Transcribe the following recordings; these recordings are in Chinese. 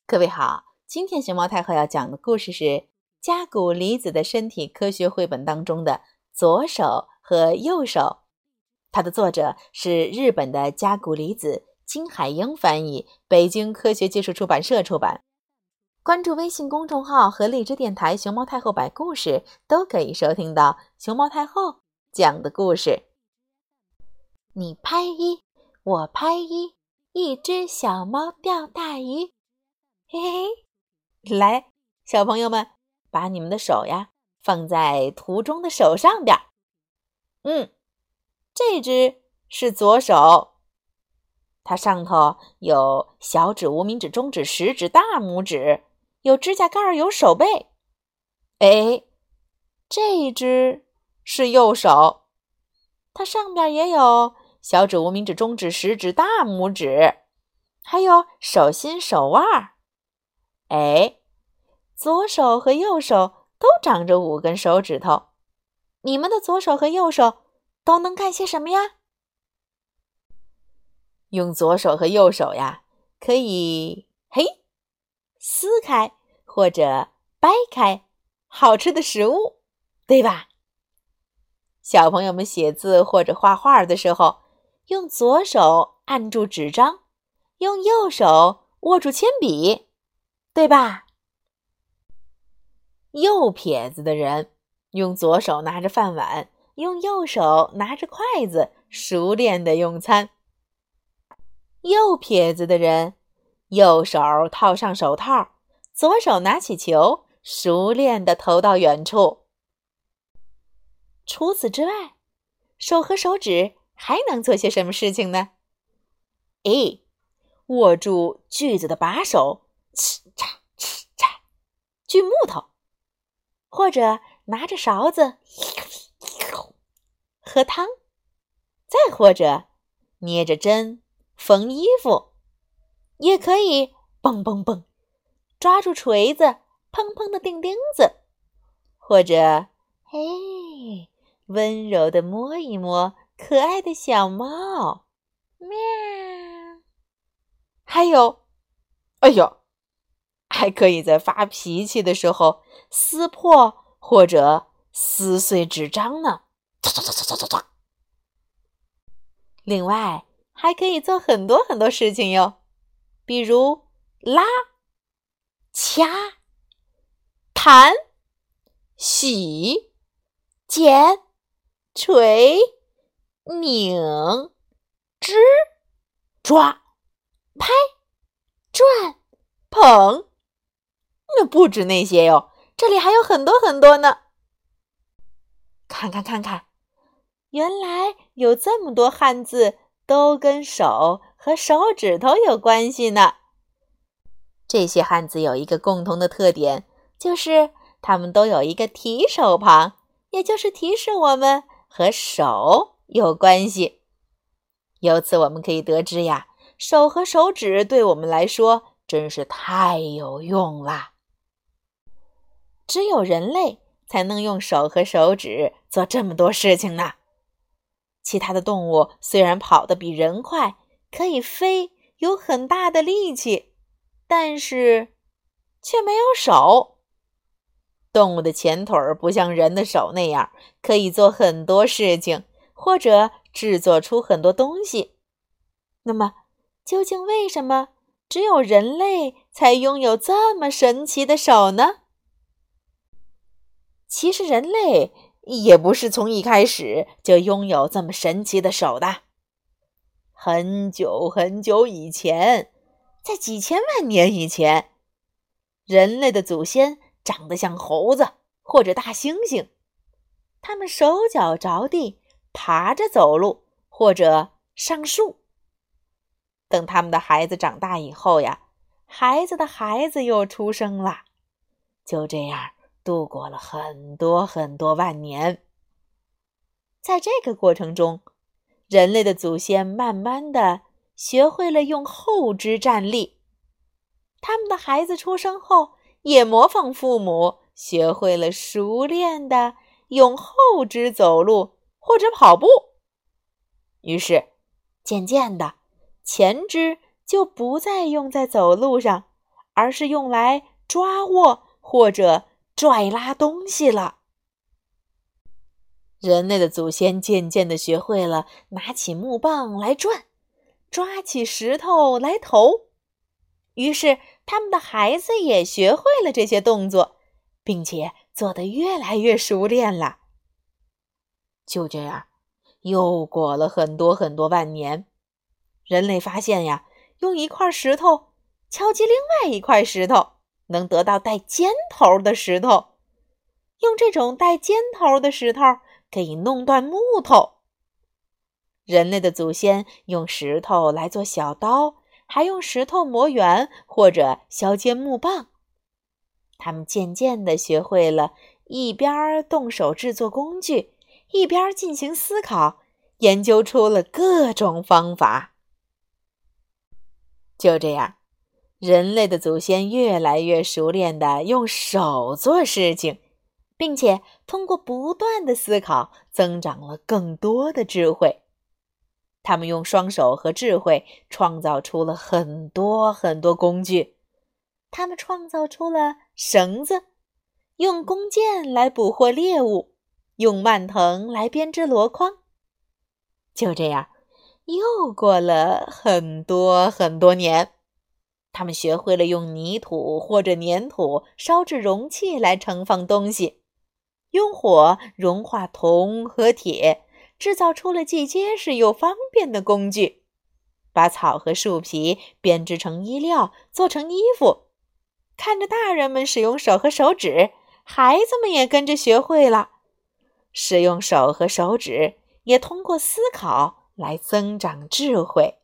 各位好，今天熊猫太后要讲的故事是加古离子的身体科学绘本当中的左手和右手。它的作者是日本的加古离子，金海英翻译，北京科学技术出版社出版。关注微信公众号和荔枝电台熊猫太后摆故事，都可以收听到熊猫太后讲的故事。你拍一，我拍一，一只小猫钓大鱼。嘿嘿，来，小朋友们，把你们的手呀放在图中的手上边。这只是左手，它上头有小指、无名指、中指、食指、大拇指，有指甲盖，有手背。这一只是右手，它上边也有小指、无名指、中指、食指、大拇指，还有手心、手腕。左手和右手都长着5根手指头，你们的左手和右手都能干些什么呀？用左手和右手呀，可以撕开或者掰开好吃的食物，对吧？小朋友们写字或者画画的时候，用左手按住纸张，用右手握住铅笔，对吧？右撇子的人用左手拿着饭碗，用右手拿着筷子，熟练地用餐。右撇子的人右手套上手套，左手拿起球，熟练地投到远处。除此之外，手和手指还能做些什么事情呢？握住锯子的把手，哧嚓哧嚓，锯木头，或者拿着勺子喝汤，再或者捏着针缝衣服，也可以蹦蹦蹦，抓住锤子砰砰的钉钉子，或者温柔地摸一摸可爱的小猫，喵。还有还可以在发脾气的时候撕破或者撕碎纸张呢。另外还可以做很多很多事情哟，比如拉、掐、弹、洗、剪、锤、拧、支、抓、拍、转、捧。那不止那些哟，这里还有很多很多呢。看，原来有这么多汉字都跟手和手指头有关系呢。这些汉字有一个共同的特点，就是它们都有一个提手旁，也就是提示我们和手有关系。由此我们可以得知呀，手和手指对我们来说真是太有用了。只有人类才能用手和手指做这么多事情呢。其他的动物虽然跑得比人快，可以飞，有很大的力气，但是却没有手。动物的前腿不像人的手那样可以做很多事情，或者制作出很多东西。那么究竟为什么只有人类才拥有这么神奇的手呢？其实人类也不是从一开始就拥有这么神奇的手的。很久很久以前，在几千万年以前，人类的祖先长得像猴子或者大猩猩，他们手脚着地，爬着走路或者上树。等他们的孩子长大以后呀，孩子的孩子又出生了，就这样度过了很多很多万年。在这个过程中，人类的祖先慢慢地学会了用后肢站立，他们的孩子出生后也模仿父母，学会了熟练地用后肢走路或者跑步。于是渐渐的，前肢就不再用在走路上， 而是用来抓握或者拽拉东西了。人类的祖先渐渐地学会了拿起木棒来转，抓起石头来投。于是他们的孩子也学会了这些动作，并且做得越来越熟练了。就这样，又过了很多很多万年，人类发现呀，用一块石头敲击另外一块石头，能得到带尖头的石头。用这种带尖头的石头可以弄断木头。人类的祖先用石头来做小刀，还用石头磨圆或者削尖木棒。他们渐渐地学会了一边动手制作工具，一边进行思考，研究出了各种方法。就这样，人类的祖先越来越熟练地用手做事情，并且通过不断的思考，增长了更多的智慧。他们用双手和智慧创造出了很多很多工具。他们创造出了绳子，用弓箭来捕获猎物，用蔓藤来编织箩筐。就这样，又过了很多很多年，他们学会了用泥土或者粘土烧制容器来盛放东西，用火融化铜和铁，制造出了既结实又方便的工具，把草和树皮编织成衣料，做成衣服。看着大人们使用手和手指，孩子们也跟着学会了。使用手和手指，也通过思考来增长智慧。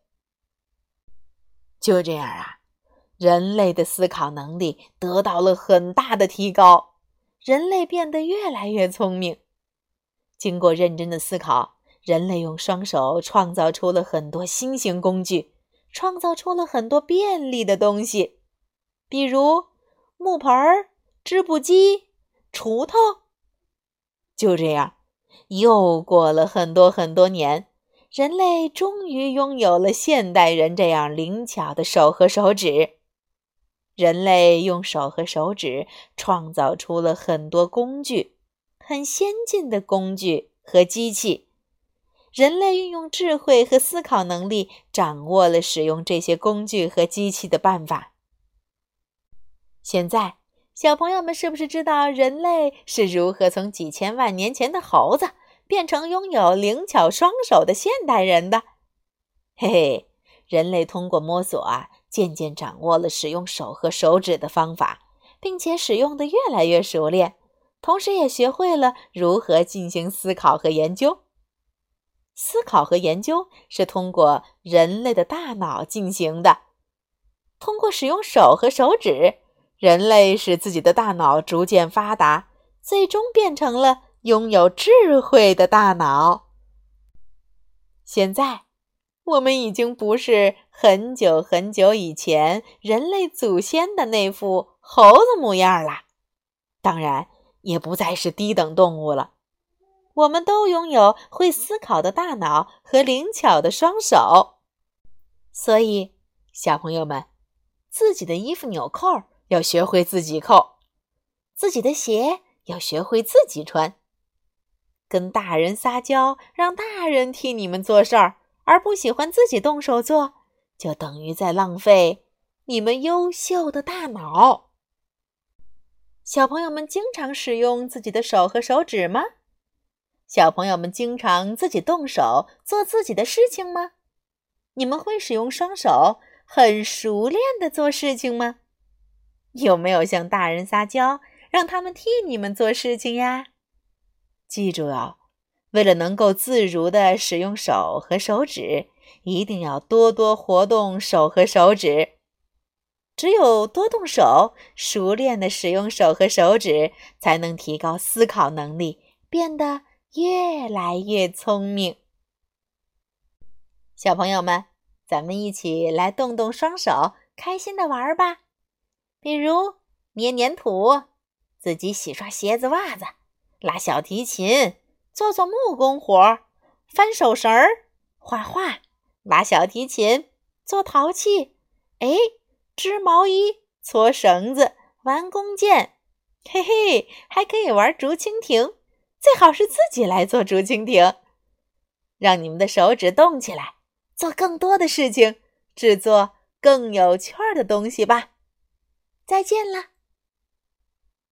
就这样啊，人类的思考能力得到了很大的提高，人类变得越来越聪明。经过认真的思考，人类用双手创造出了很多新型工具，创造出了很多便利的东西，比如木盆、织布机、锄头。就这样，又过了很多很多年，人类终于拥有了现代人这样灵巧的手和手指。人类用手和手指创造出了很多工具，很先进的工具和机器。人类运用智慧和思考能力，掌握了使用这些工具和机器的办法。现在，小朋友们是不是知道人类是如何从几千万年前的猴子变成拥有灵巧双手的现代人的？嘿嘿，人类通过摸索渐渐掌握了使用手和手指的方法，并且使用得越来越熟练，同时也学会了如何进行思考和研究。思考和研究是通过人类的大脑进行的。通过使用手和手指，人类使自己的大脑逐渐发达，最终变成了拥有智慧的大脑。现在，我们已经不是很久很久以前人类祖先的那副猴子模样了，当然也不再是低等动物了。我们都拥有会思考的大脑和灵巧的双手。所以，小朋友们，自己的衣服纽扣要学会自己扣，自己的鞋要学会自己穿。跟大人撒娇，让大人替你们做事儿，而不喜欢自己动手做，就等于在浪费你们优秀的大脑。小朋友们经常使用自己的手和手指吗？小朋友们经常自己动手做自己的事情吗？你们会使用双手很熟练地做事情吗？有没有向大人撒娇，让他们替你们做事情呀？记住为了能够自如地使用手和手指，一定要多多活动手和手指。只有多动手，熟练地使用手和手指，才能提高思考能力，变得越来越聪明。小朋友们，咱们一起来动动双手，开心地玩吧。比如捏黏土，自己洗刷鞋子袜子，拉小提琴，做做木工活，翻手绳儿，画画，拉小提琴，做陶器，织毛衣， 搓绳子、玩弓箭，嘿嘿，还可以玩竹蜻蜓，最好是自己来做竹蜻蜓。让你们的手指动起来，做更多的事情，制作更有趣的东西吧。再见了。